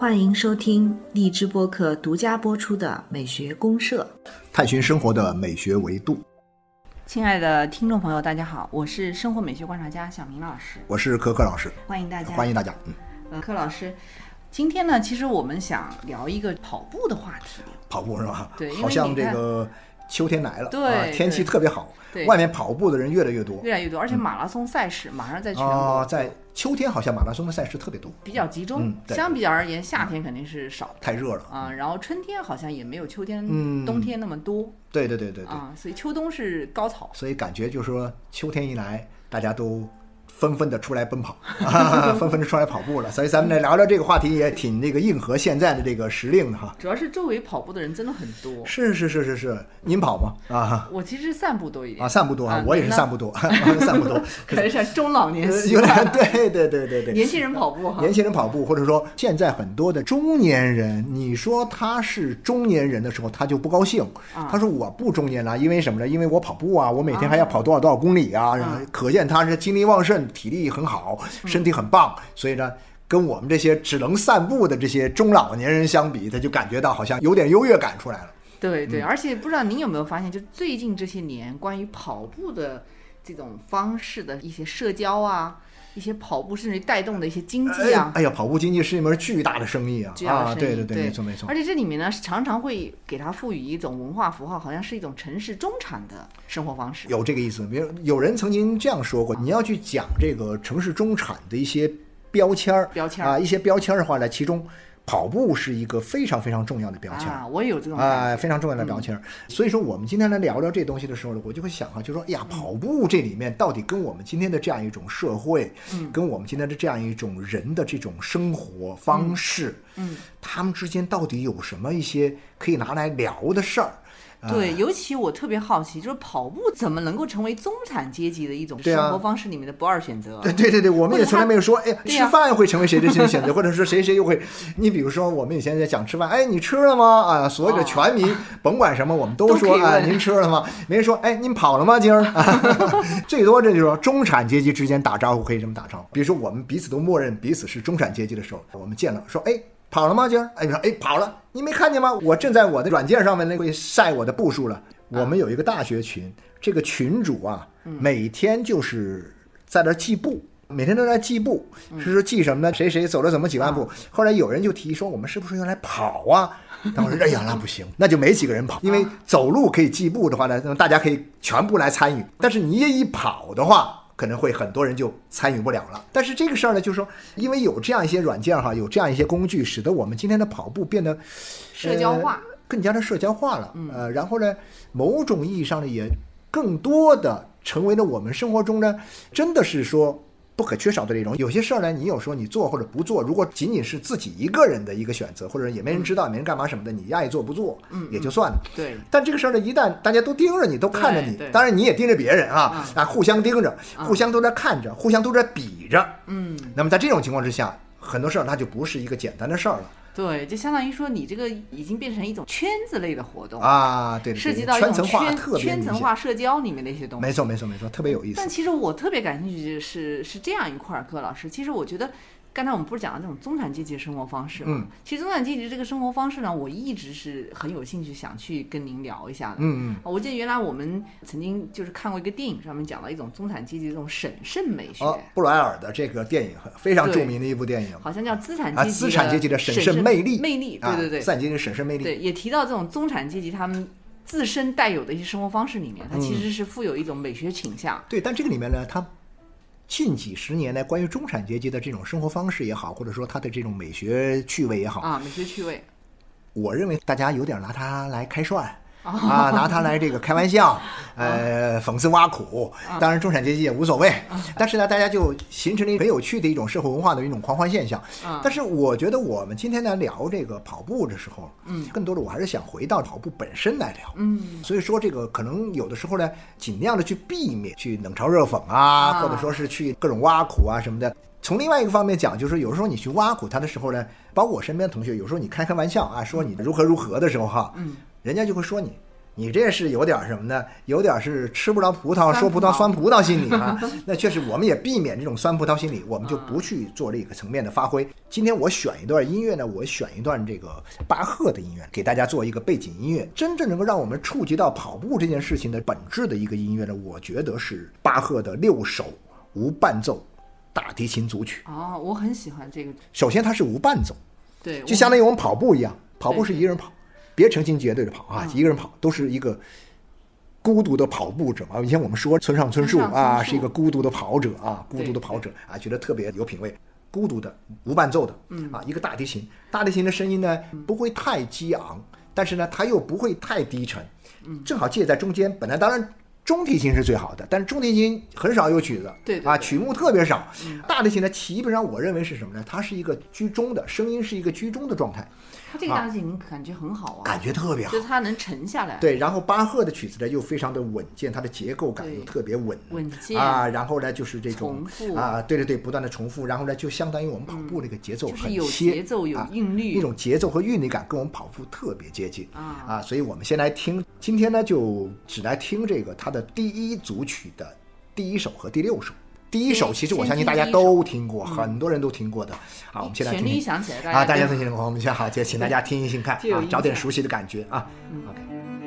欢迎收听荔枝播客独家播出的美学公社， 探寻生活的美学维度。 亲爱的听众朋友大家好，我是生活美学观察家小明老师， 我是柯老师， 欢迎大家。柯老师，今天呢，其实我们想聊一个跑步的话题。 跑步是吧？ 对， 好像这个秋天来了， 对， 天气特别好，外面跑步的人越来越多， 而且马拉松赛事马上在全国， 在秋天好像马拉松的赛事特别多， 比较集中。相比而言，夏天肯定是少， 太热了啊。然后春天好像也没有秋天、冬天那么多。 对啊，所以秋冬是高潮。 所以感觉就是说，秋天一来，大家都纷纷的出来奔跑，纷纷的出来跑步了。所以咱们来聊聊这个话题，也挺那个应和现在的这个时令的哈。 主要是周围跑步的人真的很多。 是，您跑吗？啊， 我其实散步多一点。 散步多啊，我也是散步多，散步多。 可能是中老年习惯。对。 年轻人跑步哈。 年轻人跑步，或者说现在很多的中年人，你说他是中年人的时候，他就不高兴。他说我不中年了，因为什么呢？因为我跑步啊，我每天还要跑多少公里啊，可见他是精力旺盛。体力很好，身体很棒，所以呢，跟我们这些只能散步的这些中老年人相比，他就感觉到好像有点优越感出来了。 对，而且不知道您有没有发现，就最近这些年关于跑步的这种方式的一些社交啊，一些跑步甚至带动的一些经济啊， 跑步经济是一门巨大的生意啊！对，没错。 而且这里面呢，常常会给它赋予一种文化符号，好像是一种城市中产的生活方式。 有这个意思，比如有人曾经这样说过：你要去讲这个城市中产的一些标签啊，一些标签的话呢，其中跑步是一个非常非常重要的标签我也有这种感觉非常重要的标签。所以说我们今天来聊聊这东西的时候呢，我就会想就说跑步这里面到底跟我们今天的这样一种社会，跟我们今天的这样一种人的这种生活方式，他们之间到底有什么一些可以拿来聊的事儿。 对，尤其我特别好奇，就是跑步怎么能够成为中产阶级的一种生活方式里面的不二选择？ 对，我们也从来没有说，吃饭会成为谁的选择，或者说谁又会。你比如说，我们以前在讲吃饭，你吃了吗？所有的全民，甭管什么，我们都说您吃了吗？没人说，您跑了吗？今儿最多这就是说中产阶级之间打招呼可以这么打招呼。比如说我们彼此都默认彼此是中产阶级的时候，我们见了说，跑了吗？今儿你说跑了，你没看见吗？我正在我的软件上面会晒我的步数了。我们有一个大学群，这个群主每天就是在那记步，每天都在记步，是说记什么呢？谁走了怎么几万步。后来有人就提说，我们是不是要来跑啊？但我说那不行，那就没几个人跑，因为走路可以记步的话呢，那么大家可以全部来参与。但是你也一跑的话，可能会很多人就参与不了了。但是这个事儿呢，就是说，因为有这样一些软件有这样一些工具，使得我们今天的跑步变得社交化， 更加的社交化了。然后呢，某种意义上呢，也更多的成为了我们生活中呢，真的是说不可缺少的内容。有些事儿呢，你有时候你做或者不做，如果仅仅是自己一个人的一个选择，或者也没人知道，没人干嘛什么的，你爱做不做，也就算了。 对。 但这个事儿呢，一旦大家都盯着你，都看着你，当然你也盯着别人互相盯着，互相都在看着，互相都在比着。那么在这种情况之下，很多事儿它就不是一个简单的事儿了。 对，就相当于说你这个已经变成一种圈子类的活动对， 涉及到一种圈层化社交里面的一些东西。 没错，特别有意思。 但其实我特别感兴趣是这样一块，柯老师，其实我觉得刚才我们不是讲了这种中产阶级的生活方式吗？其实中产阶级这个生活方式呢，我一直是很有兴趣想去跟您聊一下的。我记得原来我们曾经就是看过一个电影，上面讲到一种中产阶级的这种审慎美学。 布莱尔的这个电影非常著名的一部电影， 好像叫资产阶级的审慎魅力。 对， 资产阶级的审慎魅力。 对，也提到这种中产阶级他们自身带有的一些生活方式里面，它其实是富有一种美学倾向。 对，但这个里面呢，它近几十年来关于中产阶级的这种生活方式也好，或者说它的这种美学趣味也好美学趣味， 我认为大家有点拿它来开涮拿它来这个开玩笑，讽刺挖苦。当然中产阶级也无所谓，但是呢，大家就形成了很有趣的一种社会文化的一种狂欢现象。但是我觉得我们今天来聊这个跑步的时候，更多的我还是想回到跑步本身来聊。所以说这个可能有的时候呢，尽量的去避免去冷嘲热讽或者说是去各种挖苦什么的。从另外一个方面讲，就是有时候你去挖苦他的时候呢，包括我身边的同学，有时候你开玩笑说你如何的时候人家就会说你你这是有点什么呢？有点是吃不着葡萄说葡萄酸葡萄心理啊。那确实，我们也避免这种酸葡萄心理，我们就不去做这个层面的发挥。今天我选一段音乐呢，我选一段这个巴赫的音乐，给大家做一个背景音乐，真正能够让我们触及到跑步这件事情的本质的一个音乐呢，我觉得是巴赫的6首无伴奏大提琴组曲。 哦，我很喜欢这个。 首先它是无伴奏， 对， 就相当于我们跑步一样，跑步是一个人跑。别成群结队的跑啊，一个人跑都是一个孤独的跑步者啊。以前我们说村上春树啊，是一个孤独的跑者啊，孤独的跑者啊，觉得特别有品位。孤独的无伴奏的啊，一个大提琴，大提琴的声音呢不会太激昂，但是呢它又不会太低沉，正好介在中间。本来当然中提琴是最好的，但是中提琴很少有曲子， 对啊，曲目特别少。大提琴呢，基本上我认为是什么呢？它是一个居中的声音，是一个居中的状态。 它这个大提琴感觉很好啊， 感觉特别好， 就是它能沉下来。 对，然后巴赫的曲子呢又非常的稳健，它的结构感又特别稳健啊，然后呢就是这种重复啊，对，不断的重复，然后呢就相当于我们跑步这个节奏很就是有节奏有韵律， 那种节奏和韵律感跟我们跑步特别接近啊，所以我们先来听，今天呢就只来听这个它的第一组曲的第1首和第6首。第1首其实我相信大家都听过，很多人都听过的啊。我们现在听旋律响起来啊，大家都听过。我们先好，请大家听一听看啊，找点熟悉的感觉啊。OK。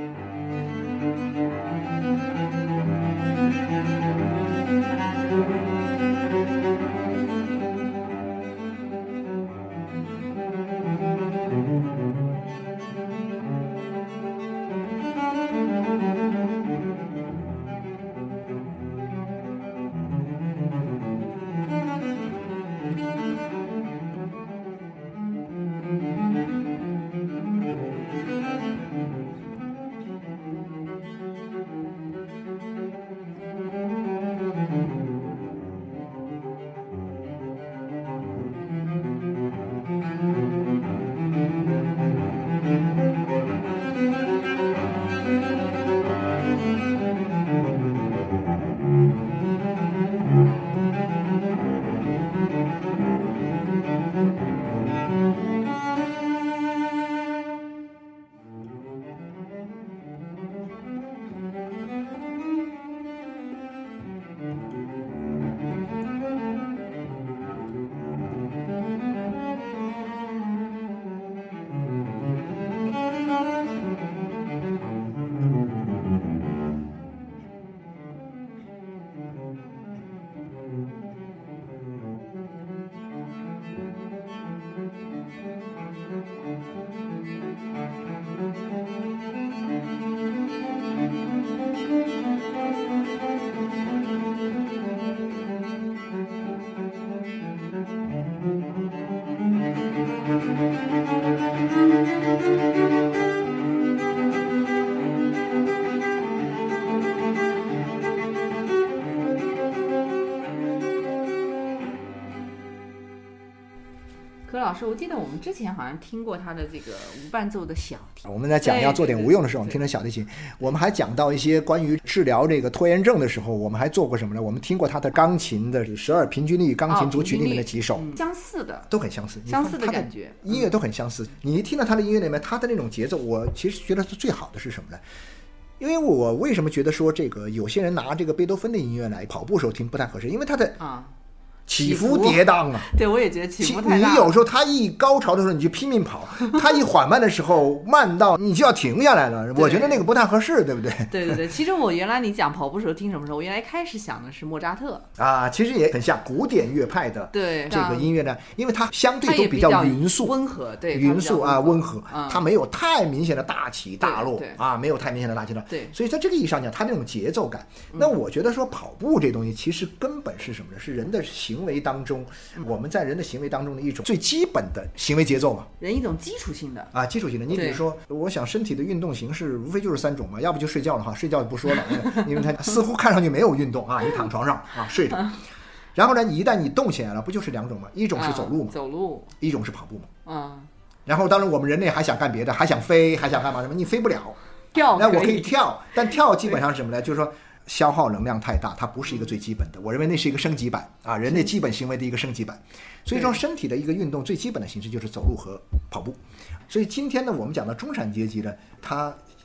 柯老师，我记得我们之前好像听过他的这个无伴奏的小提琴。 我们在讲要做点无用的时候，我们听成小提琴。我们还讲到一些关于治疗这个拖延症的时候，我们还做过什么呢？我们听过他的钢琴的12平均律钢琴组曲里面的几首， 相似的， 都很相似， 相似的感觉， 音乐都很相似。你一听到他的音乐里面，他的那种节奏，我其实觉得是最好的是什么呢？因为我为什么觉得说这个有些人拿这个贝多芬的音乐来跑步时候听不太合适，因为他的起伏跌宕啊！ 对，我也觉得起伏太大。 你有时候他一高潮的时候你就拼命跑，他一缓慢的时候慢到你就要停下来了。我觉得那个不太合适，对不对？ 对。其实我原来你讲跑步时候听什么时候，我原来开始想的是莫扎特啊，其实也很像古典乐派的这个音乐呢，因为它相对都比较匀速、 温和，对， 匀速啊，温和，它没有太明显的大起大落啊，没有太明显的大起大落。 对， 所以在这个意义上讲，它那种节奏感。那我觉得说跑步这东西其实根本是什么呢？是人的行为当中，我们在人的行为当中的一种最基本的行为节奏嘛， 人一种基础性的啊，基础性的。你比如说，我想身体的运动形式无非就是3种嘛，要不就睡觉了哈，睡觉就不说了，因为它似乎看上去没有运动啊，你躺床上啊睡着。然后呢，一旦你动起来了，不就是2种嘛？一种是走路嘛， 走路； 一种是跑步嘛。然后当然我们人类还想干别的，还想飞，还想干嘛什么？你飞不了，那我可以跳，但跳基本上是什么呢？就是说消耗能量太大，它不是一个最基本的。我认为那是一个升级版啊，人类基本行为的一个升级版。所以说身体的一个运动最基本的形式就是走路和跑步。所以今天呢，我们讲到中产阶级呢，他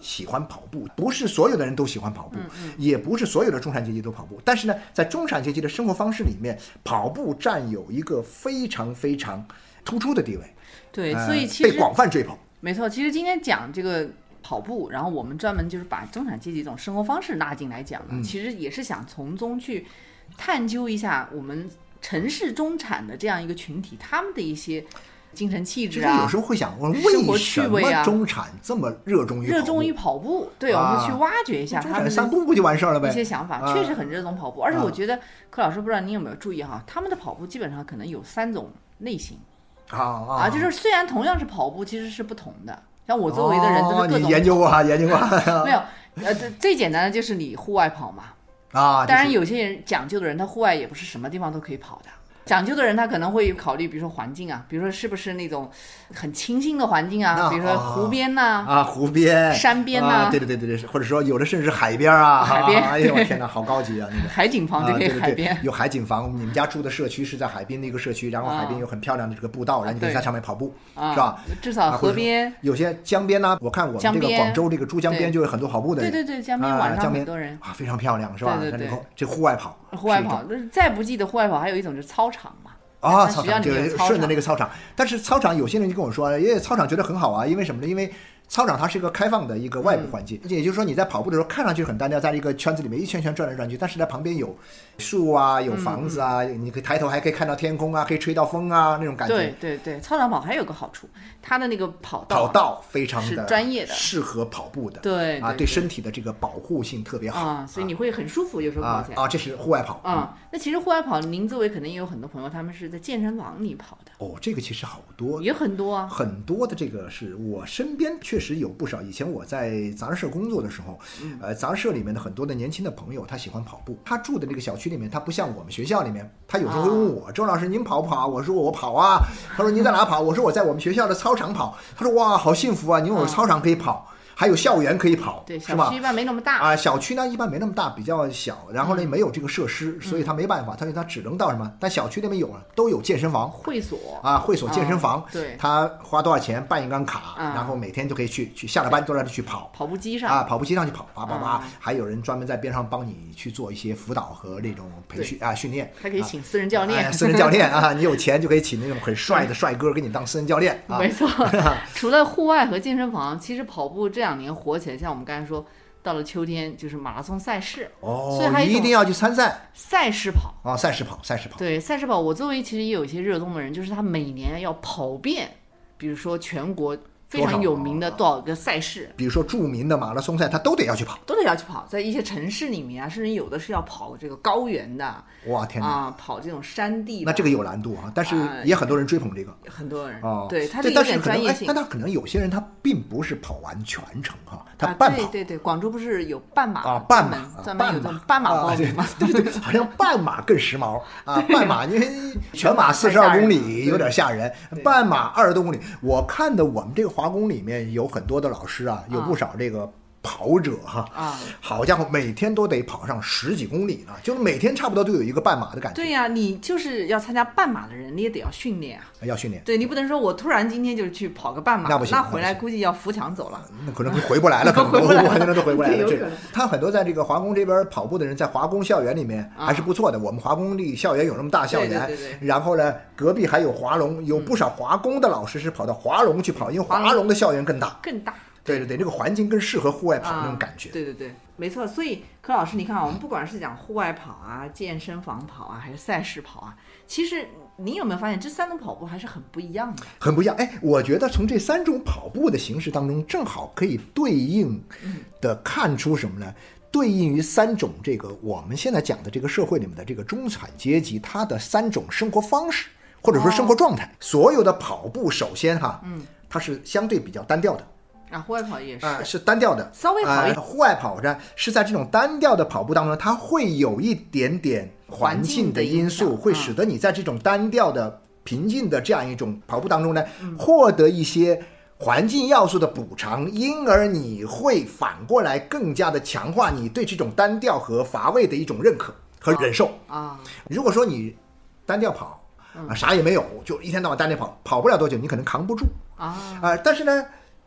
喜欢跑步，不是所有的人都喜欢跑步，也不是所有的中产阶级都跑步。但是呢，在中产阶级的生活方式里面，跑步占有一个非常非常突出的地位。 对，所以其实被广泛追捧。 没错，其实今天讲这个跑步，然后我们专门就是把中产阶级这种生活方式拉进来讲呢，其实也是想从中去探究一下我们城市中产的这样一个群体，他们的一些精神气质啊， 有时候会想，为什么中产这么热衷于跑步？对，我们去挖掘一下他们散步不就完事儿了呗？ 一些想法，确实很热衷跑步。而且我觉得柯老师不知道你有没有注意哈，他们的跑步基本上可能有3种类型就是虽然同样是跑步，其实是不同的。像我周围的人都是各种你研究过没有？最简单的就是你户外跑嘛当然有些人讲究的人，他户外也不是什么地方都可以跑的。讲究的人他可能会考虑，比如说环境啊，比如说是不是那种很清新的环境啊，比如说湖边呐湖边、 山边呐对，或者说有的甚至是海边啊， 海边， 哎呦我天哪，好高级啊！那个海景房就可以海边， 有海景房。你们家住的社区是在海边的一个社区，然后海边有很漂亮的这个步道，然后你可以在上面跑步，是吧？ 至少河边， 有些江边呢，我看我们这个广州这个珠江边就有很多跑步的人， 对，江边晚上很多人非常漂亮，是吧？ 对， 这户外跑， 再不济的户外跑还有一种就是操场嘛。 操场就顺着那个操场，但是操场有些人就跟我说，操场觉得很好啊，因为什么呢？因为操场它是一个开放的一个外部环境，也就是说你在跑步的时候看上去很单调，在一个圈子里面一圈圈转来转去，但是在旁边有树啊，有房子啊，你可以抬头还可以看到天空啊，可以吹到风啊，那种感觉。 对，操场跑还有个好处，它的那个跑道非常的专业的， 适合跑步的。 对身体的这个保护性特别好所以你会很舒服，有时候跑起来这是户外跑那其实户外跑，您周围可能也有很多朋友，他们是在健身房里跑的。 这个其实好多， 也很多啊， 很多的这个是我身边确实有不少。以前我在杂志社工作的时候，杂志社里面的很多的年轻的朋友，他喜欢跑步。他住的那个小区里面，他不像我们学校里面，他有时候会问我，周老师您跑不跑？我说我跑啊。他说您在哪跑？我说我在我们学校的操场跑。他说哇，好幸福啊，你有操场可以跑。还有校园可以跑， 对， 是吧？ 小区一般没那么大小区呢一般没那么大，比较小，然后呢没有这个设施，所以他没办法，他只能到什么？但小区那边有了，都有健身房、 会所会所、健身房。 对， 他花多少钱办一张卡，然后每天就可以去下了班都让他去跑， 跑步机上跑步机上去跑，还有人专门在边上帮你去做一些辅导和那种培训训练， 还可以请私人教练， 私人教练你有钱就可以请那种很帅的帅哥给你当私人教练没错。除了户外和健身房，其实跑步这2年火起来。像我们刚才说，到了秋天就是马拉松赛事所以还一定要去参赛。 赛事跑赛事跑。 对，赛事跑，我周围其实也有一些热衷的人，就是他每年要跑遍，比如说全国非常有名的多少个赛事， 比如说著名的马拉松赛，他都得要去跑， 在一些城市里面甚至有的是要跑这个高原的。 哇天哪跑这种山地的， 那这个有难度但是也很多人追捧这个， 很多人对，他这有点专业性。 但他可能有些人他并不是跑完全程他半跑。 对，广州不是有半马半马专门有这种半马报名吗？ 对，好像半马更时髦半马因为全马42公里有点吓人，半马20多公里。我看的我们这个华工里面有很多的老师有不少这个跑者好家伙，每天都得跑上10几公里呢，就是每天差不多都有一个半马的感觉。 对呀，你就是要参加半马的人，你也得要训练要训练。 对，你不能说我突然今天就去跑个半马， 那不行， 那回来估计要扶墙走了， 那可能回不来了， 很多人都回不来了。他很多在这个华工这边跑步的人，在华工校园里面还是不错的。我们华工的校园有那么大校园，然后呢，隔壁还有华龙，有不少华工的老师是跑到华龙去跑，因为华龙的校园更大。对，这个环境更适合户外跑那种感觉。 对，没错。所以柯老师，你看我们不管是讲户外跑健身房跑还是赛事跑其实你有没有发现这3种跑步还是很不一样的？ 很不一样。我觉得从这3种跑步的形式当中，正好可以对应的看出什么呢？对应于3种这个我们现在讲的这个社会里面的这个中产阶级，它的3种生活方式或者说生活状态。所有的跑步首先它是相对比较单调的。 户外跑也是是单调的， 稍微好一点。 户外跑呢是在这种单调的跑步当中，它会有一点点环境的因素，会使得你在这种单调的平静的这样一种跑步当中呢，获得一些环境要素的补偿，因而你会反过来更加的强化你对这种单调和乏味的一种认可和忍受如果说你单调跑啥也没有，就一天到晚单调跑不了多久，你可能扛不住但是呢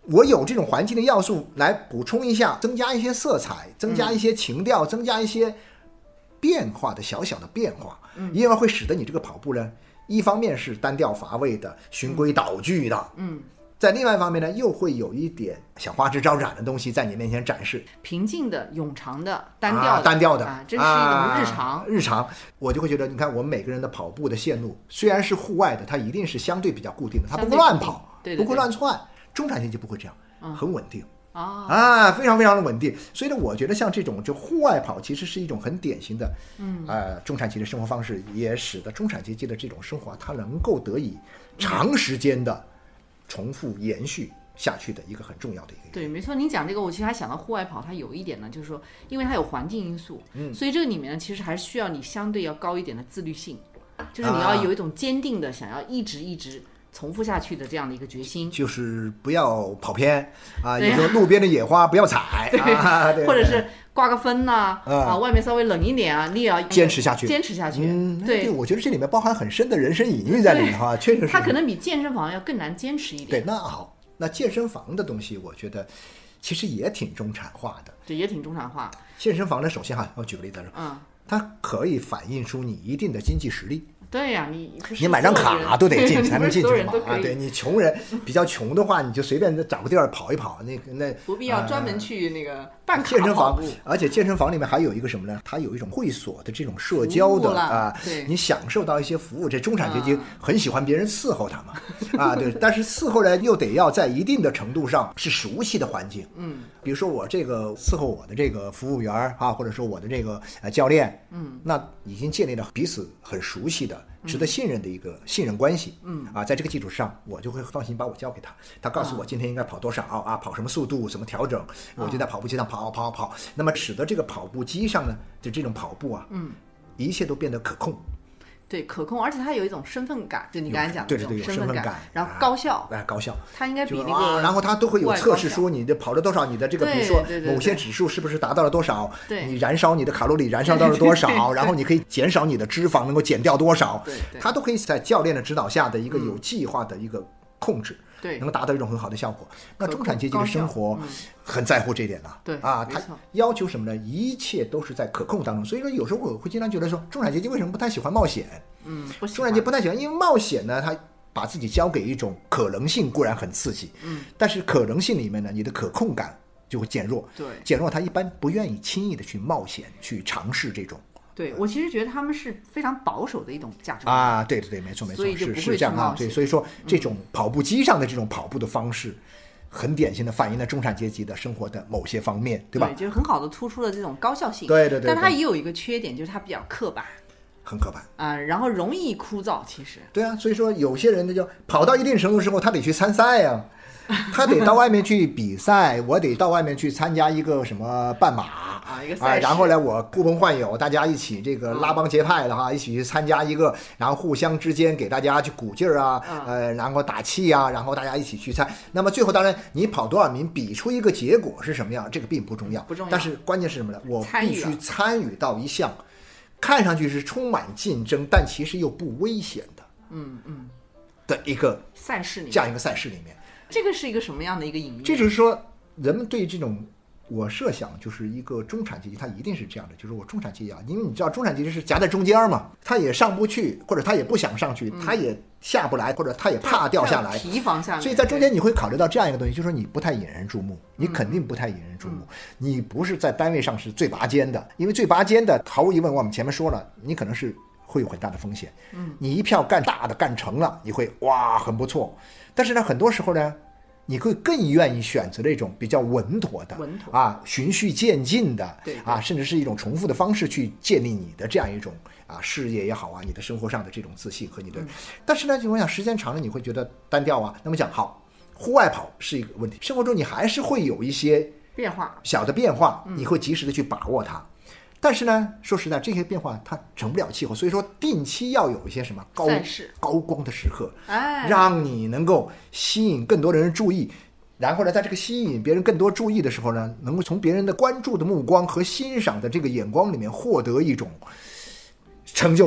我有这种环境的要素来补充一下，增加一些色彩，增加一些情调，增加一些变化的小小的变化，因而会使得你这个跑步呢，一方面是单调乏味的、循规蹈矩的，在另外一方面呢，又会有一点小花枝招展的东西在你面前展示， 平静的、永长的、单调的， 这是一种日常。 日常，我就会觉得，你看我们每个人的跑步的线路，虽然是户外的，它一定是相对比较固定的，它不会乱跑，不会乱窜。中产阶级不会这样，很稳定。非常非常的稳定。所以呢，我觉得像这种就户外跑，其实是一种很典型的，中产阶级的生活方式，也使得中产阶级的这种生活，它能够得以长时间的重复延续下去的一个很重要的一个原因。 对，没错，您讲这个，我其实还想到户外跑，它有一点呢，就是说，因为它有环境因素，所以这个里面呢，其实还是需要你相对要高一点的自律性，就是你要有一种坚定的想要一直重复下去的这样的一个决心， 就是不要跑偏啊，有时候路边的野花不要踩对，或者是挂个分呐，外面稍微冷一点啊，你也要坚持下去。 对， 我觉得这里面包含很深的人生隐喻在里面哈，确实是。 它可能比健身房要更难坚持一点。 对，那好，那健身房的东西，我觉得其实也挺中产化的。 对，也挺中产化。 健身房呢，首先哈，我举个例子来说，它可以反映出你一定的经济实力。 对呀， 你买张卡都得进才能进去嘛啊！对，你穷人比较穷的话，你就随便找个地儿跑一跑，那不必要专门去那个办卡健身房。而且健身房里面还有一个什么呢？它有一种会所的这种社交的你享受到一些服务。这中产阶级很喜欢别人伺候他们对，但是伺候呢又得要在一定的程度上是熟悉的环境。比如说我这个伺候我的这个服务员或者说我的这个教练，那已经建立了彼此很熟悉的、值得信任的一个信任关系。在这个基础上，我就会放心把我交给他，他告诉我今天应该跑多少跑什么速度，怎么调整，我就在跑步机上跑，那么使得这个跑步机上呢的这种跑步一切都变得可控。 对，可控，而且它有一种身份感，就你刚才讲的这种身份感， 然后高效， 高效， 它应该比那个， 然后它都会有测试说你的跑了多少，你的这个比如说某些指数是不是达到了多少，你燃烧你的卡路里燃烧到了多少，然后你可以减少你的脂肪能够减掉多少，它都可以在教练的指导下的一个有计划的一个控制。对，能够达到一种很好的效果。那中产阶级的生活很在乎这一点了。 对他要求什么呢？一切都是在可控当中。所以说，有时候我会经常觉得说，中产阶级为什么不太喜欢冒险？中产阶级不太喜欢，因为冒险呢，他把自己交给一种可能性，固然很刺激，但是可能性里面呢，你的可控感就会减弱。 对， 减弱，他一般不愿意轻易的去冒险，去尝试这种。 对，我其实觉得他们是非常保守的一种价值观对，没错， 所以就不会是这样对，所以说这种跑步机上的这种跑步的方式，很典型的反映了中产阶级的生活的某些方面，对吧？ 对，就是很好的突出了这种高效性。 对， 但它也有一个缺点，就是它比较刻板。 很刻板然后容易枯燥，其实。 对所以说有些人呢，就跑到一定程度之后，他得去参赛呀。他得到外面去比赛，我得到外面去参加一个什么半马一个赛事然后呢，我呼朋唤友，大家一起这个拉帮结派的一起去参加一个，然后互相之间给大家去鼓劲儿然后打气然后大家一起去参。那么最后当然你跑多少名，比出一个结果是什么样，这个并不重要，但是关键是什么呢？我必须参与到一项看上去是充满竞争，但其实又不危险的，的一个赛事里面， 这样一个赛事里面。 这个是一个什么样的一个隐喻？ 这就是说，人们对这种，我设想就是一个中产阶级，他一定是这样的，就是我中产阶级因为你知道中产阶级是夹在中间嘛，他也上不去，或者他也不想上去，他也下不来，或者他也怕掉下来， 提防下来。 所以在中间你会考虑到这样一个东西，就是说你不太引人注目，你肯定不太引人注目，你不是在单位上是最拔尖的，因为最拔尖的毫无疑问，我们前面说了，你可能是会有很大的风险，你一票干大的干成了，你会很不错，但是呢，很多时候呢，你会更愿意选择这种比较稳妥的循序渐进的甚至是一种重复的方式去建立你的这样一种事业也好你的生活上的这种自信和你的但是呢，我想时间长了你会觉得单调那么讲好，户外跑是一个问题，生活中你还是会有一些变化， 小的变化，你会及时的去把握它。但是呢，说实在，这些变化它成不了气候，所以说定期要有一些什么高光的时刻，让你能够吸引更多的人注意，然后呢，在这个吸引别人更多注意的时候呢，能够从别人的关注的目光和欣赏的这个眼光里面获得一种成就感，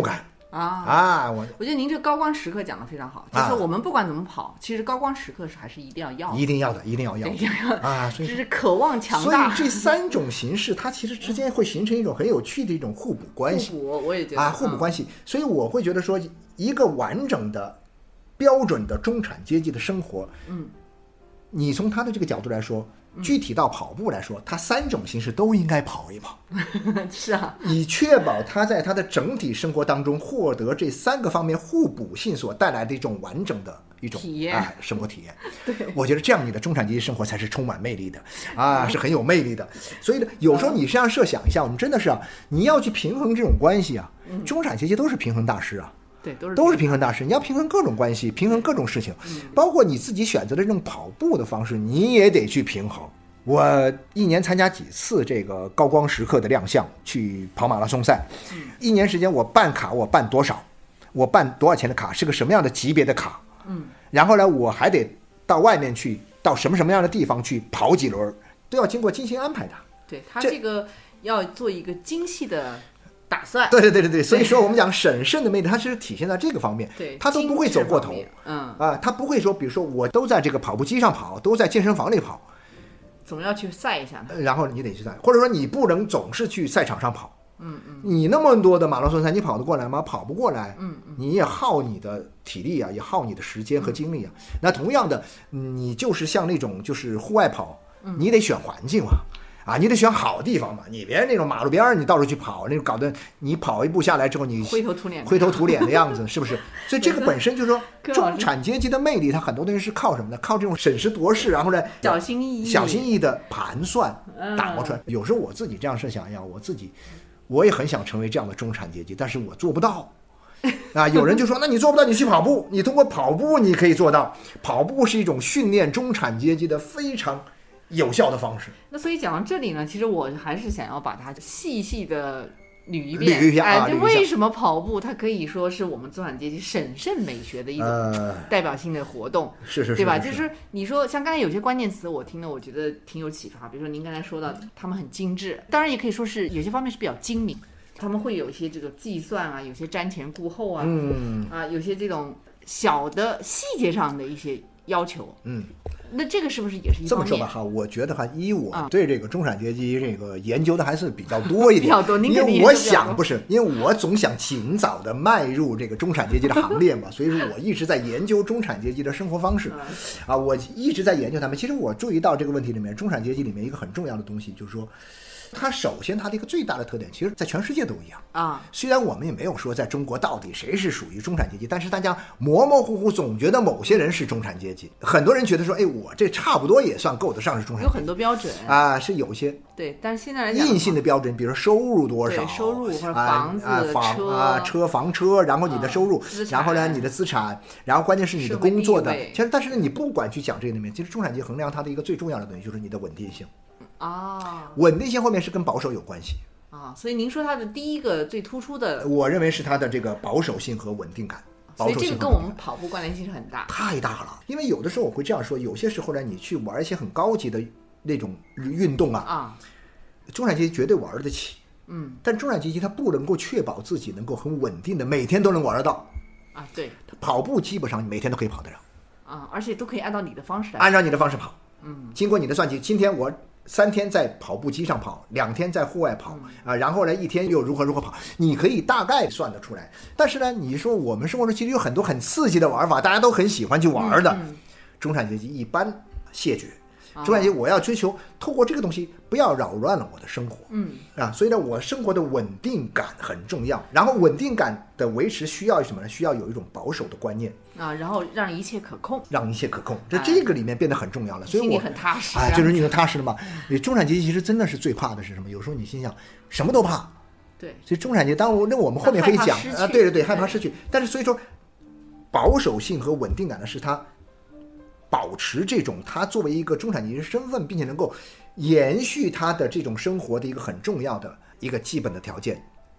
我觉得您这高光时刻讲得非常好，就是我们不管怎么跑，其实高光时刻还是一定要要的， 一定要啊！所以就是渴望强大。 所以这3种形式，它其实之间会形成一种很有趣的一种互补关系。 我也觉得互补关系。所以我会觉得说，一个完整的、标准的中产阶级的生活，你从他的这个角度来说。具体到跑步来说，它3种形式都应该跑一跑， 是啊， 以确保他在他的整体生活当中获得这3个方面互补性所带来的一种完整的一种体验， 生活体验。 对， 我觉得这样你的中产阶级生活才是充满魅力的是很有魅力的。所以呢，有时候你这样设想一下，我们真的是你要去平衡这种关系中产阶级都是平衡大师对， 都是平衡大师。你要平衡各种关系，平衡各种事情，包括你自己选择的这种跑步的方式，你也得去平衡。我1年参加几次这个高光时刻的亮相，去跑马拉松赛。1年时间我办卡，我办多少？我办多少钱的卡？是个什么样的级别的卡？然后呢，我还得到外面去，到什么样的地方去跑几轮，都要经过精心安排的。 对，他这个要做一个精细的打算。 对，所以说我们讲审慎的魅力，它其实体现在这个方面。 对， 他都不会走过头。他不会说，比如说我都在这个跑步机上跑，都在健身房里跑， 总要去赛一下。 然后你得去赛，或者说你不能总是去赛场上跑。你那么多的马拉松赛，你跑得过来吗？跑不过来。你也耗你的体力也耗你的时间和精力那同样的，你就是像那种就是户外跑，你得选环境你得选好地方嘛，你别那种马路边你到处去跑，那种搞得你跑一步下来之后，你灰头土脸的样子，是不是？所以这个本身就是说，中产阶级的魅力，它很多东西是靠什么呢？靠这种审时度势，然后呢， 小心翼翼的盘算打磨出来。有时候我自己这样设想我也很想成为这样的中产阶级，但是我做不到。有人就说，那你做不到，你去跑步，你通过跑步你可以做到。跑步是一种训练中产阶级的非常有效的方式。 那所以讲到这里呢，其实我还是想要把它细细的捋一遍就为什么跑步它可以说是我们中产阶级审慎美学的一种代表性的活动， 是对吧？就是你说像刚才有些关键词我听了，我觉得挺有启发。比如说您刚才说到他们很精致，当然也可以说是有些方面是比较精明，他们会有一些这个计算有些瞻前顾后有些这种小的细节上的一些要求。那这个是不是也是一方面？ 这么说吧我觉得依我对这个中产阶级这个研究的还是比较多一点， 比较多。 因为我想因为我总想尽早的迈入这个中产阶级的行列嘛，所以说我一直在研究中产阶级的生活方式我一直在研究他们。其实我注意到这个问题里面，中产阶级里面一个很重要的东西就是说，它首先它的一个最大的特点，其实在全世界都一样虽然我们也没有说在中国到底谁是属于中产阶级，但是大家模模糊糊总觉得某些人是中产阶级，很多人觉得说我这差不多也算够得上是中产阶级， 有很多标准是有些对，但是现在来讲硬性的标准，比如说收入多少， 收入或者房子房车，然后你的收入然后呢你的资产，然后关键是你的工作的，其实但是你不管去讲这个里面，其实中产阶级衡量它的一个最重要的东西就是你的稳定性稳定性后面是跟保守有关系所以您说它的第一个最突出的， 我认为是它的这个保守性和稳定感。 所以这个跟我们跑步关联性是很大， 太大了。因为有的时候我会这样说，有些时候呢，你去玩一些很高级的那种运动中产阶级绝对玩得起，但中产阶级他不能够确保自己能够很稳定的每天都能玩得到对， 跑步基本上每天都可以跑得了而且都可以按照你的方式来， 按照你的方式跑，经过你的算计，今天我3天在跑步机上跑，2天在户外跑然后呢1天又如何跑，你可以大概算得出来。但是呢，你说我们生活中其实有很多很刺激的玩法，大家都很喜欢去玩的，中产阶级一般谢绝。中产阶级我要追求透过这个东西不要扰乱了我的生活所以呢我生活的稳定感很重要，然后稳定感的维持需要什么呢？需要有一种保守的观念然后让一切可控， 这个里面变得很重要了。所以我心里很踏实就是你很踏实了嘛。你中产阶级其实真的是最怕的是什么？有时候你心想什么都怕， 对， 所以中产阶级当然我们后面可以讲对，害怕失去，但是所以说保守性和稳定感的是他保持这种他作为一个中产阶级身份，并且能够延续他的这种生活的一个很重要的一个基本的条件，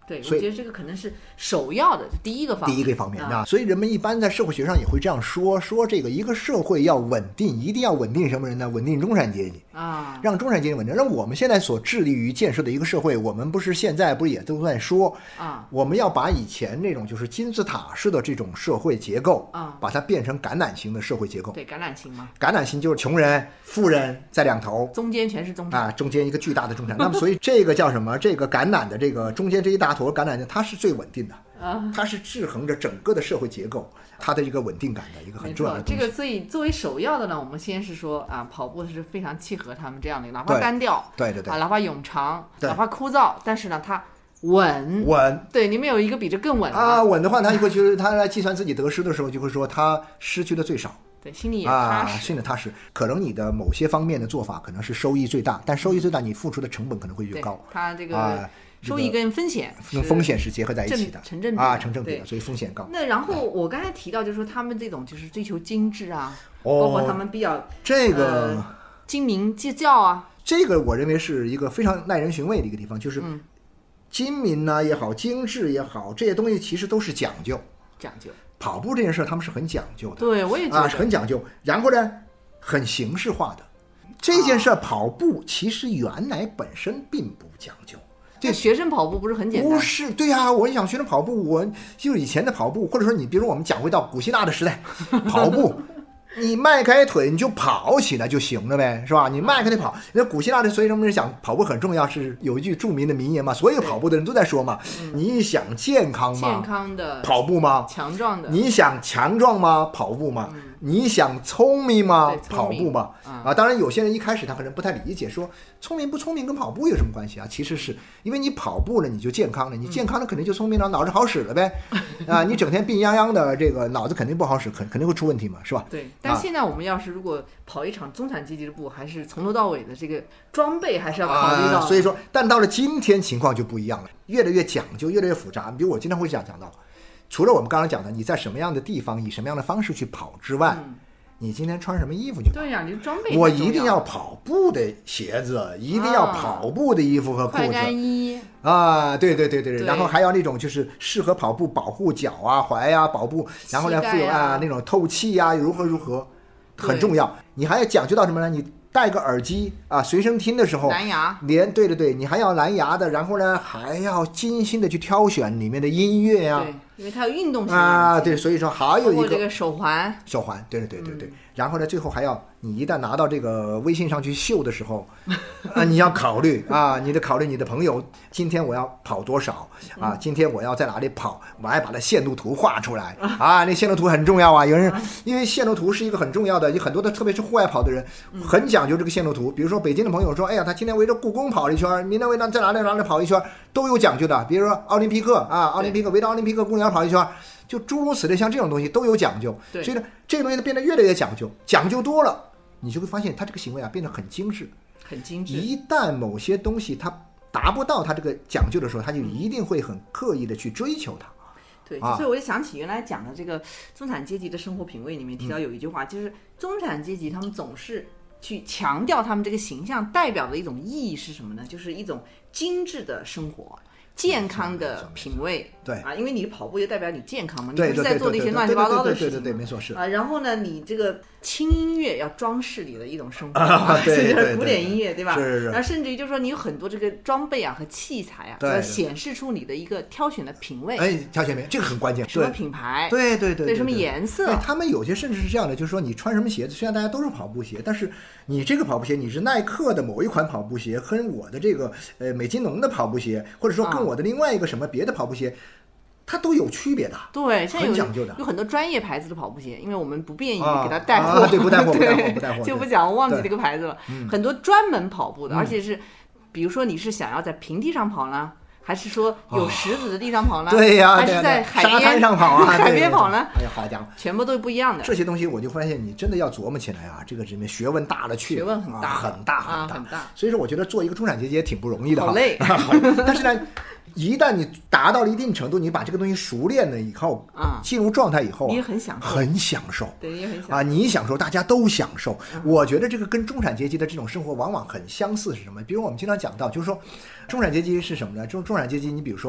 对，我觉得这个可能是首要的第一个方面啊。所以人们一般在社会学上也会这样说这个一个社会要稳定，一定要稳定什么人呢？稳定中产阶级啊， 让中产阶级稳定。让我们现在所致力于建设的一个社会，我们现在不是也都在说啊， 我们要把以前那种就是金字塔式的这种社会结构啊， 把它变成橄榄型的社会结构。 对，橄榄型嘛， 橄榄型就是穷人、富人在两头， 中间全是中产啊，中间一个巨大的中产。那么所以这个叫什么？这个橄榄的这个中间这一大坨橄榄，它是最稳定的，它是制衡着整个的社会结构，它的一个稳定感的一个很重要的东西。 这个所以作为首要的呢，我们先是说啊，跑步是非常契合他们这样的，哪怕单调， 对啊，哪怕冗长，哪怕枯燥，但是呢，它稳。对，你们有一个比这更稳啊，稳的话，他会就是他来计算自己得失的时候，就会说他失去的最少。 对，心里也踏实， 心里踏实。可能你的某些方面的做法可能是收益最大，但收益最大，你付出的成本可能会越高。 它这个收益跟风险是结合在一起的， 成正比啊，成正比的，所以风险高。 那然后我刚才提到，就是说他们这种就是追求精致啊，包括他们比较这个精明计较啊， 这个我认为是一个非常耐人寻味的一个地方，就是精明呢也好，精致也好，这些东西其实都是讲究。跑步这件事他们是很讲究的， 对，我也觉得很讲究。然后呢，很形式化的这件事，跑步其实原来本身并不讲究。 对，学生跑步不是很简单？ 不是，对啊，我想学生跑步，我就是以前的跑步，或者说你比如我们讲回到古希腊的时代，跑步。你迈开腿你就跑起来就行了呗，是吧？你迈开腿跑，那古希腊的所以人们讲跑步很重要，是有一句著名的名言嘛，所有跑步的人都在说嘛，你想健康吗？ 健康的跑步吗？ 强壮的。 你想强壮吗？跑步吗？你想聪明吗？跑步吗？啊，当然有些人一开始他可能不太理解，说聪明不聪明跟跑步有什么关系啊？其实是因为你跑步了你就健康了，你健康了肯定就聪明了，脑子好使了呗。啊，你整天病殃殃的，这个脑子肯定不好使，肯定会出问题嘛，是吧？ 对。但现在我们要是如果跑一场中产阶级的步，还是从头到尾的这个装备还是要考虑到。 所以说，但到了今天情况就不一样了，越来越讲究，越来越复杂。比如我经常会讲到，除了我们刚刚讲的你在什么样的地方以什么样的方式去跑之外，你今天穿什么衣服就跑。 对呀，你的装备。 我一定要跑步的鞋子，一定要跑步的衣服和裤子。 快干衣。 啊，对，然后还要那种就是适合跑步，保护脚啊、踝啊、保护，然后呢附有那种透气啊，如何很重要。你还要讲究到什么呢？你戴个耳机啊，随身听的时候， 蓝牙。 对，你还要蓝牙的，然后呢还要精心的去挑选里面的音乐啊。 对，因为它有运动性啊，对，所以说还有一个这个手环， 对，然后呢，最后还要你一旦拿到这个微信上去秀的时候，你要考虑啊，你的朋友，今天我要跑多少啊？今天我要在哪里跑？我还把它线路图画出来啊，那线路图很重要啊。有人因为线路图是一个很重要的，有很多的，特别是户外跑的人，很讲究这个线路图。比如说北京的朋友说，哎呀，他今天围着故宫跑了一圈，明天围着在哪里跑一圈，都有讲究的。比如说奥林匹克啊，围着奥林匹克公园跑一圈。就诸如此类，像这种东西都有讲究，所以呢，这个东西变得越来越讲究，讲究多了，你就会发现它这个行为变得很精致。一旦某些东西它达不到它这个讲究的时候，它就一定会很刻意的去追求它。 对，所以我就想起原来讲的这个中产阶级的生活品味里面提到有一句话，就是中产阶级他们总是去强调他们这个形象代表的一种意义是什么呢？就是一种精致的生活。健康的品味， 对啊，因为你跑步就代表你健康嘛，你不是在做那些乱七八糟的事情， 对，没错是啊。然后呢，你这个轻音乐要装饰你的一种生活， 对， 古典音乐对吧？ 是。 然后甚至于就是说，你有很多这个装备啊和器材啊，要显示出你的一个挑选的品味。 哎，挑选品味这个很关键。 什么品牌？ 对， 什么颜色？ 他们有些甚至是这样的，就是说你穿什么鞋子，虽然大家都是跑步鞋，但是你这个跑步鞋，你是耐克的某一款跑步鞋，跟我的这个美津浓的跑步鞋，或者说跟我的另外一个什么别的跑步鞋，它都有区别的。 对， 很讲究的。 有很多专业牌子的跑步鞋，因为我们不便于给它带货， 对，不带货， 就不讲，我忘记这个牌子了。很多专门跑步的，而且是，比如说你是想要在平地上跑呢，还是说有石子的地上跑呢？ 对呀， 还是在沙滩上跑啊？ 海边跑呢？ 哎呀，好家伙， 全部都是不一样的。 这些东西我就发现，你真的要琢磨起来啊，这个里面学问大了去了， 学问很大， 很大。所以说，我觉得做一个中产阶级也挺不容易的， 好累。 但是呢，一旦你达到了一定程度，你把这个东西熟练了以后，进入状态以后， 你也很享受， 对，你也很享受啊，你享受，大家都享受。我觉得这个跟中产阶级的这种生活往往很相似，是什么？比如我们经常讲到，就是说，中产阶级是什么呢？中产阶级，你比如说，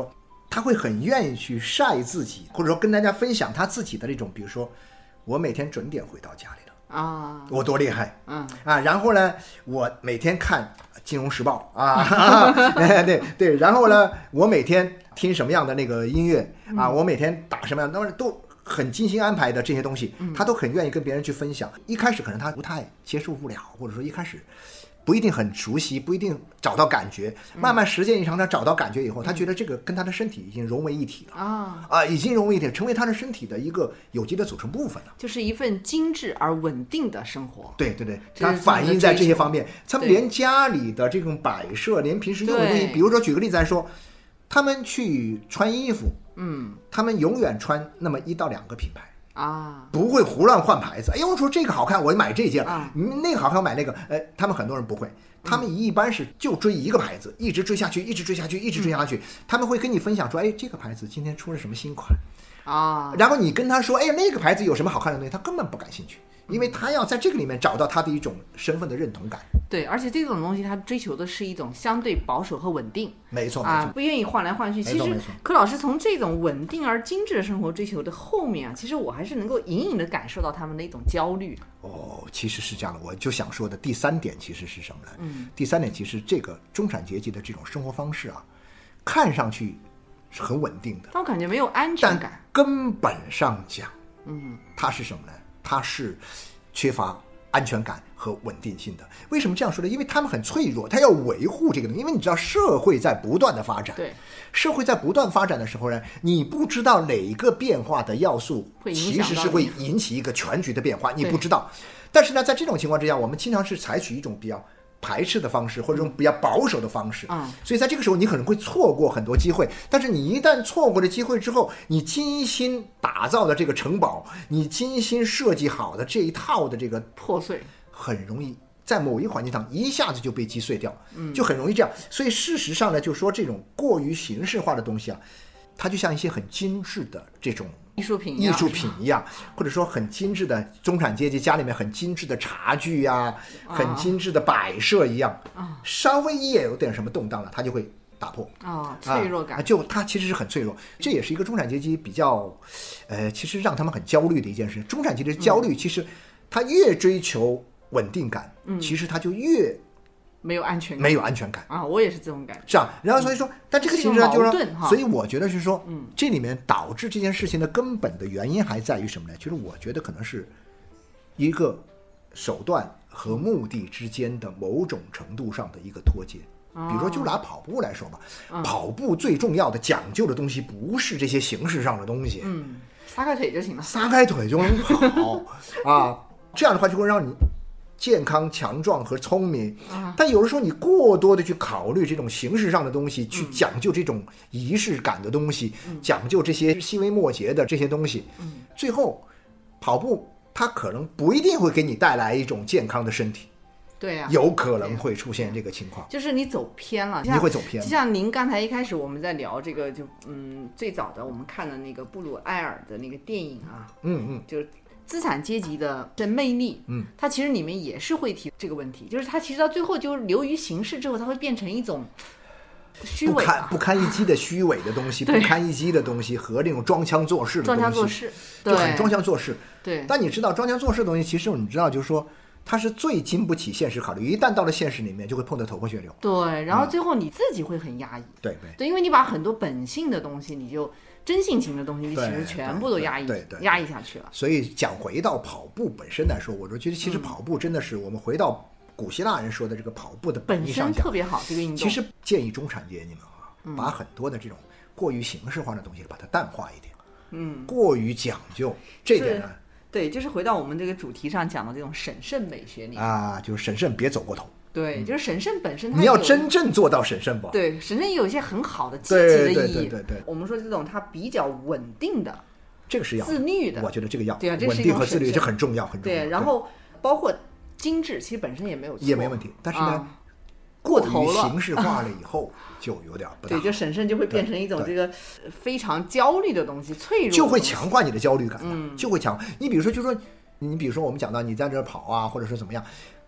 他会很愿意去晒自己，或者说跟大家分享他自己的这种，比如说我每天准点回到家里了啊， 我多厉害，然后呢，我每天看《金融时报》啊，对，然后呢，我每天听什么样的那个音乐啊，我每天打什么样的都很精心安排的这些东西，他都很愿意跟别人去分享。一开始可能他不太接受不了，或者说一开始不一定很熟悉，不一定找到感觉，慢慢时间一长，他找到感觉以后，他觉得这个跟他的身体已经融为一体了已经融为一体，成为他的身体的一个有机的组成部分了， 就是一份精致而稳定的生活。 对，他反映在这些方面，他们连家里的这种摆设，连平时用的东西，比如说举个例子来说，他们去穿衣服，他们永远穿那么1到2个品牌不会胡乱换牌子。哎呦，我说这个好看，我买这件那个好看，我买那个。他们很多人不会，他们一般是就追一个牌子，一直追下去，一直追下去，一直追下去。他们会跟你分享说，哎，这个牌子今天出了什么新款然后你跟他说，哎，那个牌子有什么好看的东西，他根本不感兴趣，因为他要在这个里面找到他的一种身份的认同感。 对，而且这种东西他追求的是一种相对保守和稳定， 没错不愿意换来换去。其实柯老师从这种稳定而精致的生活追求的后面其实我还是能够隐隐的感受到他们的一种焦虑。 其实是这样的，我就想说的第3点其实是什么呢？第3点其实这个中产阶级的这种生活方式看上去是很稳定的， 但我感觉没有安全感。 但根本上讲，它是什么呢？它是缺乏安全感和稳定性的。为什么这样说呢？因为他们很脆弱，他要维护这个东西。因为你知道社会在不断的发展， 对， 社会在不断发展的时候呢，你不知道哪一个变化的要素其实是会引起一个全局的变化，你不知道。但是呢，在这种情况之下，我们经常是采取一种比较排斥的方式，或者比较保守的方式，所以在这个时候你可能会错过很多机会。但是你一旦错过了机会之后，你精心打造的这个城堡，你精心设计好的这一套的这个破碎， 很容易在某一环境上一下子就被击碎掉，就很容易这样。所以事实上呢，就说这种过于形式化的东西它就像一些很精致的这种艺术品一样，或者说很精致的中产阶级家里面很精致的茶具很精致的摆设一样，稍微也有点什么动荡了，它就会打破脆弱感， 就它其实是很脆弱。这也是一个中产阶级比较其实让他们很焦虑的一件事。中产阶级的焦虑其实他越追求稳定感，其实他就越没有安全感， 我也是这种感觉。 是啊，然后所以说，但这个形式上就是说，所以我觉得是说，这里面导致这件事情的根本的原因还在于什么呢？其实我觉得可能是一个手段和目的之间的某种程度上的一个脱节。比如说，就拿跑步来说吧，跑步最重要的讲究的东西不是这些形式上的东西， 撒开腿就行了， 撒开腿就能跑这样的话就会让你健康强壮和聪明，但有的时候你过多的去考虑这种形式上的东西，去讲究这种仪式感的东西，讲究这些细微末节的这些东西，最后跑步它可能不一定会给你带来一种健康的身体。 对有可能会出现这个情况， 就是你走偏了， 你会走偏。 就像您刚才一开始我们在聊这个，最早的我们看的那个布鲁埃尔的那个电影就是资产阶级的魅力，它其实里面也是会提这个问题，就是它其实到最后就流于形式之后，它会变成一种虚伪不堪一击的虚伪的东西，不堪一击的东西和那种装腔作势的东西，就很装腔作势。 对， 但你知道装腔作势的东西，其实你知道就是说它是最经不起现实考虑，一旦到了现实里面就会碰得头破血流。 对，然后最后你自己会很压抑。 对， 因为你把很多本性的东西，你就真性情的东西，其实全部都压抑下去了。 所以讲回到跑步本身来说，我觉得其实跑步真的是我们回到古希腊人说的这个跑步的本身特别好，这个运动。 其实建议中产阶级们把很多的这种过于形式化的东西把它淡化一点，过于讲究这一点呢。 对，就是回到我们这个主题上讲的这种审慎美学里就是审慎别走过头。 对，就是审慎本身它你要真正做到审慎吧。 对，审慎也有一些很好的积极的意义。 对， 我们说这种它比较稳定的， 这个是要自律的， 我觉得这个要对稳定和自律这很重要，很重要。 对，然后包括精致，其实本身也没有错， 也没问题，但是呢，过于形式化了以后就有点不大好。 对，就审慎就会变成一种这个非常焦虑的东西，脆弱就会强化你的焦虑感，就会强。你比如说，就说你比如说我们讲到你在这跑或者说怎么样，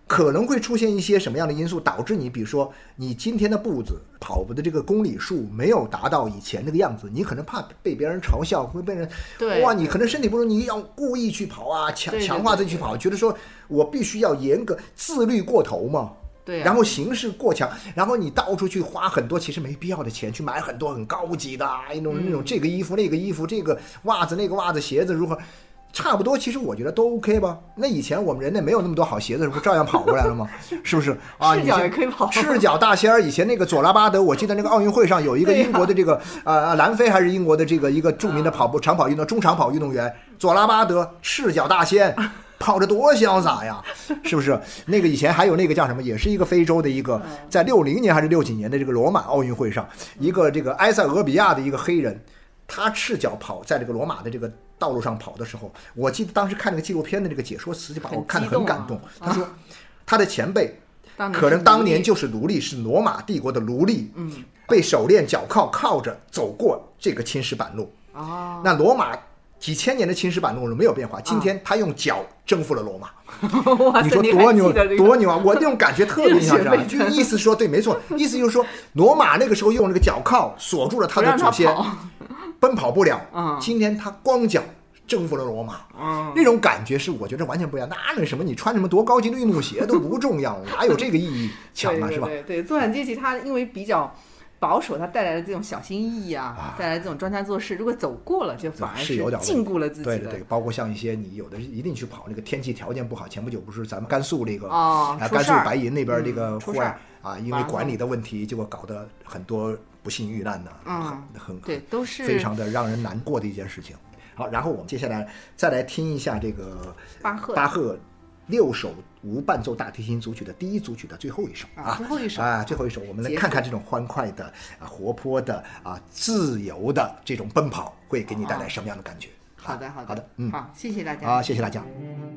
可能会出现一些什么样的因素导致你，比如说你今天的步子跑步的这个公里数没有达到以前那个样子，你可能怕被别人嘲笑，会被人哇，你可能身体不如你要故意去跑啊，强化自己去跑，觉得说我必须要严格自律过头嘛。 对、 然后形式过强，然后你到处去花很多其实没必要的钱去买很多很高级的那种这个衣服那个衣服，这个袜子那个袜子，鞋子如何，差不多其实我觉得都 OK 吧。那以前我们人类没有那么多好鞋子，不照样跑过来了吗？是不是啊？ 赤脚也可以跑。 赤脚大仙儿，以前那个佐拉巴德，我记得那个奥运会上有一个英国的这个南非还是英国的这个一个著名的跑步长跑运动中长跑运动员佐拉巴德，赤脚大仙。跑着多潇洒呀，是不是？那个以前还有那个叫什么，也是一个非洲的一个，在60年还是60几年的这个罗马奥运会上，一个这个埃塞俄比亚的一个黑人，他赤脚跑在这个罗马的这个道路上跑的时候，我记得当时看那个纪录片的这个解说词就把我看得很感动。他说他的前辈可能当年就是奴隶，是罗马帝国的奴隶，被手链脚铐着走过这个青石板路。那罗马几千年的青石板路没有变化，今天他用脚征服了罗马。你说多牛多牛啊！我那种感觉特别像这样，就意思说对，没错，意思就是说罗马那个时候用那个脚铐锁住了他的祖先，奔跑不了。今天他光脚征服了罗马，那种感觉是我觉得完全不一样。那什么你穿什么多高级的运动鞋都不重要，哪有这个意义强啊？是吧？ 对，中产阶级他因为比较保守，它带来的这种小心翼翼带来的这种专家做事，如果走过了，就反而是禁锢了自己的。 对，包括像一些你有的一定去跑那个天气条件不好，前不久不是咱们甘肃那个甘肃白银那边这个户外因为管理的问题，结果搞得很多不幸遇难的， 对，都是非常的让人难过的一件事情。好，然后我们接下来再来听一下这个巴赫6首无伴奏大提琴组曲的第一组曲的最后一首最后一首我们来看看这种欢快的活泼的自由的这种奔跑会给你带来什么样的感觉。 好的， 好， 谢谢大家。 谢谢大家。